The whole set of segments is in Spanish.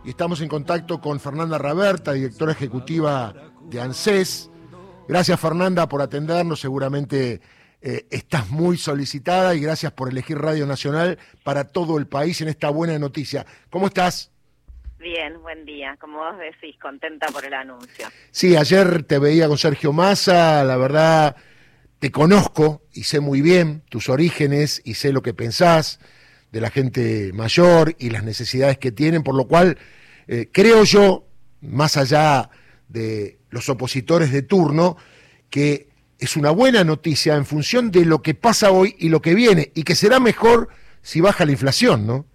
y estamos en contacto con Fernanda Raberta, directora ejecutiva de ANSES. Gracias, Fernanda, por atendernos. Seguramente estás muy solicitada y gracias por elegir Radio Nacional para todo el país en esta buena noticia. ¿Cómo estás? Bien, buen día. Como vos decís, contenta por el anuncio. Sí, ayer te veía con Sergio Massa, la verdad te conozco y sé muy bien tus orígenes y sé lo que pensás de la gente mayor y las necesidades que tienen, por lo cual creo yo, más allá de los opositores de turno, que es una buena noticia en función de lo que pasa hoy y lo que viene, y que será mejor si baja la inflación, ¿no?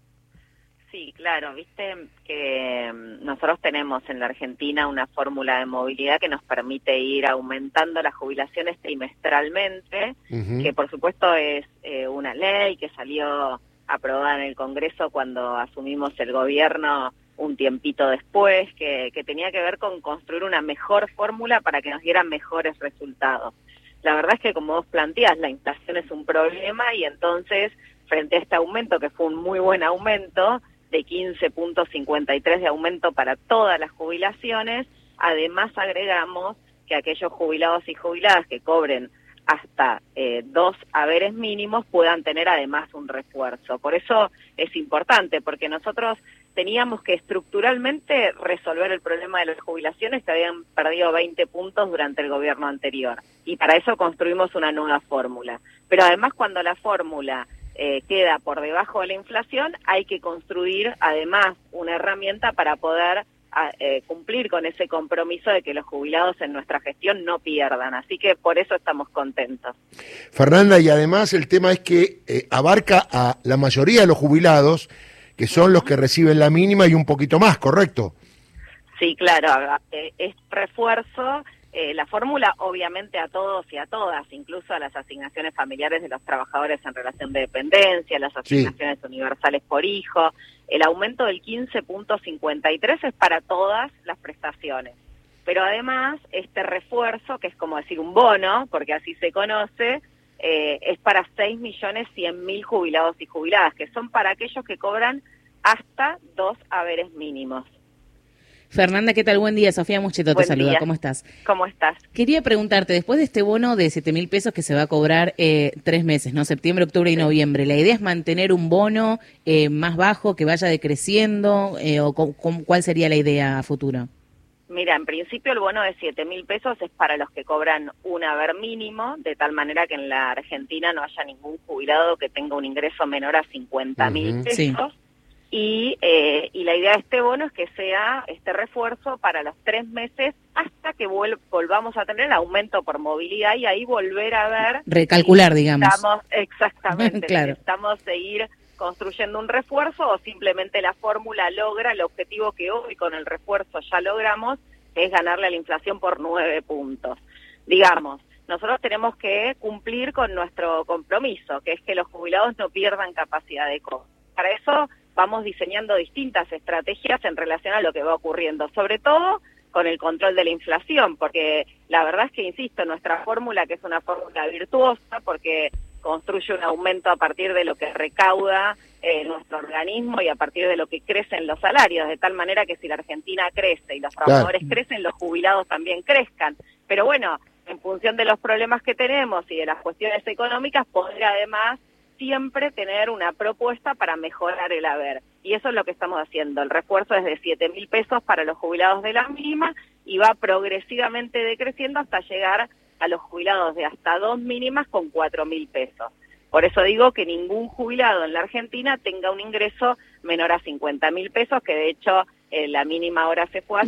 Sí, claro, viste que nosotros tenemos en la Argentina una fórmula de movilidad que nos permite ir aumentando las jubilaciones trimestralmente, que por supuesto es una ley que salió aprobada en el Congreso cuando asumimos el gobierno un tiempito después, que tenía que ver con construir una mejor fórmula para que nos dieran mejores resultados. La verdad es que, como vos planteás, la inflación es un problema y entonces, frente a este aumento, que fue un muy buen aumento, de 15.53 de aumento para todas las jubilaciones, además agregamos que aquellos jubilados y jubiladas que cobren hasta 2 haberes mínimos puedan tener además un refuerzo. Por eso es importante, porque nosotros teníamos que estructuralmente resolver el problema de las jubilaciones que habían perdido 20 puntos durante el gobierno anterior. Y para eso construimos una nueva fórmula. Pero además, cuando la fórmula queda por debajo de la inflación, hay que construir además una herramienta para poder cumplir con ese compromiso de que los jubilados en nuestra gestión no pierdan. Así que por eso estamos contentos. Fernanda, y además el tema es que abarca a la mayoría de los jubilados, que son los que reciben la mínima y un poquito más, ¿correcto? Sí, claro. Es refuerzo. La fórmula, obviamente, a todos y a todas, incluso a las asignaciones familiares de los trabajadores en relación de dependencia, las asignaciones universales por hijo. El aumento del 15.53 es para todas las prestaciones. Pero además, este refuerzo, que es como decir un bono, porque así se conoce, es para 6.100.000 jubilados y jubiladas, que son para aquellos que cobran hasta 2 haberes mínimos. Fernanda, ¿qué tal? Buen día. Sofía Mucheto te saluda. ¿Cómo estás? ¿Cómo estás? Quería preguntarte, después de este bono de 7.000 pesos que se va a cobrar 3 meses, ¿no? Septiembre, octubre y noviembre, ¿la idea es mantener un bono más bajo, que vaya decreciendo? ¿Cuál sería la idea a futuro? Mira, en principio el bono de 7.000 pesos es para los que cobran un haber mínimo, de tal manera que en la Argentina no haya ningún jubilado que tenga un ingreso menor a 50.000 pesos. Sí. Y la idea de este bono es que sea este refuerzo para los 3 meses hasta que volvamos a tener el aumento por movilidad y ahí volver a ver... Recalcular, digamos. Exactamente, claro. Necesitamos seguir construyendo un refuerzo o simplemente la fórmula logra el objetivo que hoy con el refuerzo ya logramos, que es ganarle a la inflación por 9 puntos. Digamos, nosotros tenemos que cumplir con nuestro compromiso, que es que los jubilados no pierdan capacidad de cobro. Para eso vamos diseñando distintas estrategias en relación a lo que va ocurriendo, sobre todo con el control de la inflación, porque la verdad es que, insisto, nuestra fórmula, que es una fórmula virtuosa, porque construye un aumento a partir de lo que recauda nuestro organismo y a partir de lo que crecen los salarios, de tal manera que si la Argentina crece y los trabajadores crecen, los jubilados también crezcan. Pero bueno, en función de los problemas que tenemos y de las cuestiones económicas, poder además siempre tener una propuesta para mejorar el haber. Y eso es lo que estamos haciendo. El refuerzo es de 7.000 pesos para los jubilados de la mínima y va progresivamente decreciendo hasta llegar a los jubilados de hasta 2 mínimas con 4.000 pesos. Por eso digo que ningún jubilado en la Argentina tenga un ingreso menor a 50.000 pesos, que de hecho la mínima ahora se fue a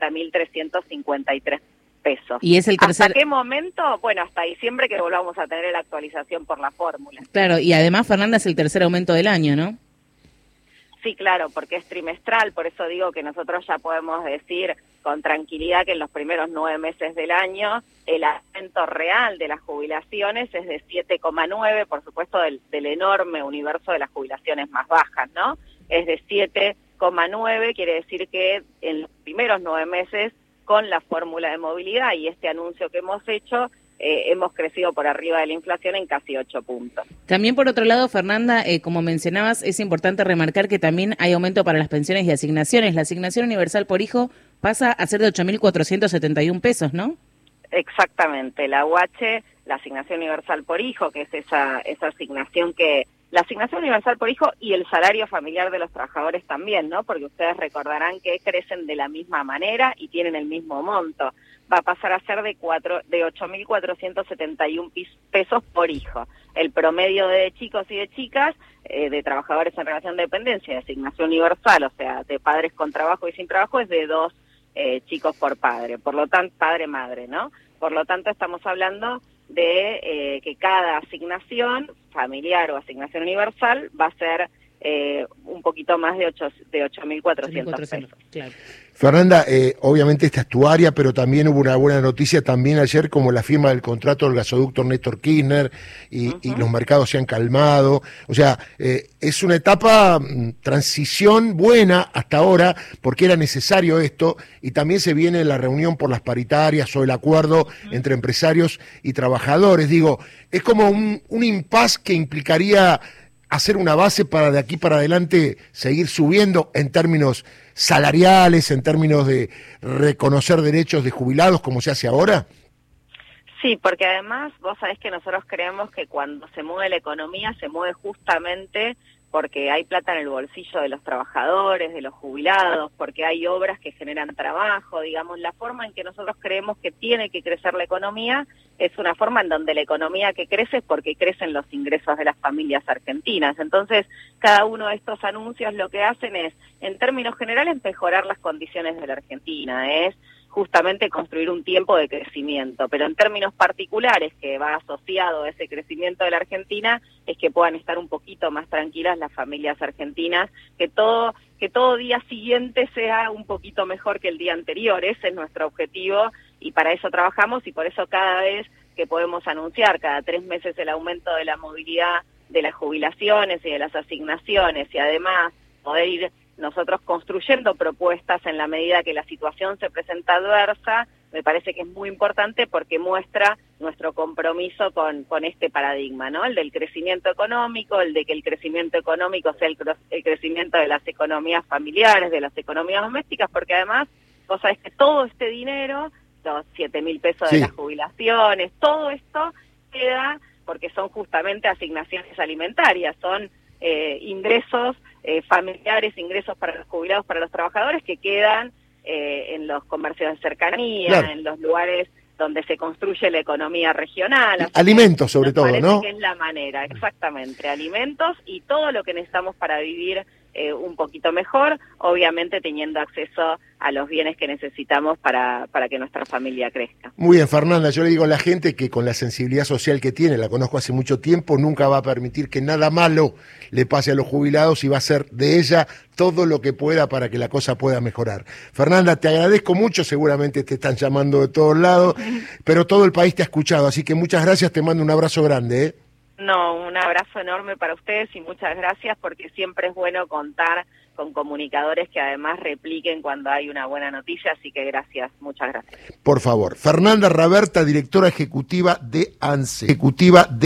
50.353 pesos. ¿Y es el tercer... ¿Hasta qué momento? Bueno, hasta diciembre, que volvamos a tener la actualización por la fórmula. Claro, y además, Fernanda, es el tercer aumento del año, ¿no? Sí, claro, porque es trimestral, por eso digo que nosotros ya podemos decir con tranquilidad que en los primeros 9 meses del año el aumento real de las jubilaciones es de 7,9, por supuesto del enorme universo de las jubilaciones más bajas, ¿no? Es de 7,9, quiere decir que en los primeros 9 meses con la fórmula de movilidad y este anuncio que hemos hecho, hemos crecido por arriba de la inflación en casi 8 puntos. También, por otro lado, Fernanda, como mencionabas, es importante remarcar que también hay aumento para las pensiones y asignaciones. La asignación universal por hijo pasa a ser de 8.471 pesos, ¿no? Exactamente, la UH, la asignación universal por hijo, que es esa asignación que... La asignación universal por hijo y el salario familiar de los trabajadores también, ¿no? Porque ustedes recordarán que crecen de la misma manera y tienen el mismo monto. Va a pasar a ser de 8.471 pesos por hijo. El promedio de chicos y de chicas, de trabajadores en relación de dependencia, de asignación universal, o sea, de padres con trabajo y sin trabajo, es de 2 chicos por padre, por lo tanto, padre-madre, ¿no? Por lo tanto, estamos hablando de que cada asignación familiar o asignación universal va a ser un poquito más de 8.400 pesos. Claro. Fernanda, obviamente esta es tu área, pero también hubo una buena noticia también ayer, como la firma del contrato del gasoducto Néstor Kirchner y los mercados se han calmado. O sea, es una etapa, transición buena hasta ahora, porque era necesario esto, y también se viene la reunión por las paritarias o el acuerdo entre empresarios y trabajadores. Digo, es como un impasse que implicaría hacer una base para de aquí para adelante seguir subiendo en términos salariales, en términos de reconocer derechos de jubilados como se hace ahora? Sí, porque además vos sabés que nosotros creemos que cuando se mueve la economía se mueve justamente porque hay plata en el bolsillo de los trabajadores, de los jubilados, porque hay obras que generan trabajo, digamos, la forma en que nosotros creemos que tiene que crecer la economía es una forma en donde la economía que crece es porque crecen los ingresos de las familias argentinas. Entonces, cada uno de estos anuncios lo que hacen es, en términos generales, mejorar las condiciones de la Argentina, es justamente construir un tiempo de crecimiento, pero en términos particulares que va asociado a ese crecimiento de la Argentina es que puedan estar un poquito más tranquilas las familias argentinas, que todo día siguiente sea un poquito mejor que el día anterior. Ese es nuestro objetivo y para eso trabajamos, y por eso cada vez que podemos anunciar cada 3 meses el aumento de la movilidad de las jubilaciones y de las asignaciones, y además poder ir nosotros construyendo propuestas en la medida que la situación se presenta adversa, me parece que es muy importante porque muestra nuestro compromiso con este paradigma, ¿no? El del crecimiento económico, el de que el crecimiento económico sea el crecimiento de las economías familiares, de las economías domésticas, porque además, vos sabés que todo este dinero, los 7.000 pesos de las jubilaciones, todo esto queda porque son justamente asignaciones alimentarias, son ingresos familiares, ingresos para los jubilados, para los trabajadores que quedan en los comercios de cercanía, en los lugares donde se construye la economía regional. Alimentos sobre todo, ¿no? Que es la manera, exactamente, alimentos y todo lo que necesitamos para vivir un poquito mejor, obviamente teniendo acceso a los bienes que necesitamos para que nuestra familia crezca. Muy bien, Fernanda, yo le digo a la gente que con la sensibilidad social que tiene, la conozco hace mucho tiempo, nunca va a permitir que nada malo le pase a los jubilados y va a hacer de ella todo lo que pueda para que la cosa pueda mejorar. Fernanda, te agradezco mucho, seguramente te están llamando de todos lados, pero todo el país te ha escuchado, así que muchas gracias, te mando un abrazo grande, ¿eh? No, un abrazo enorme para ustedes y muchas gracias, porque siempre es bueno contar con comunicadores que además repliquen cuando hay una buena noticia, así que gracias, muchas gracias. Por favor, Fernanda Raberta, directora ejecutiva de ANSE.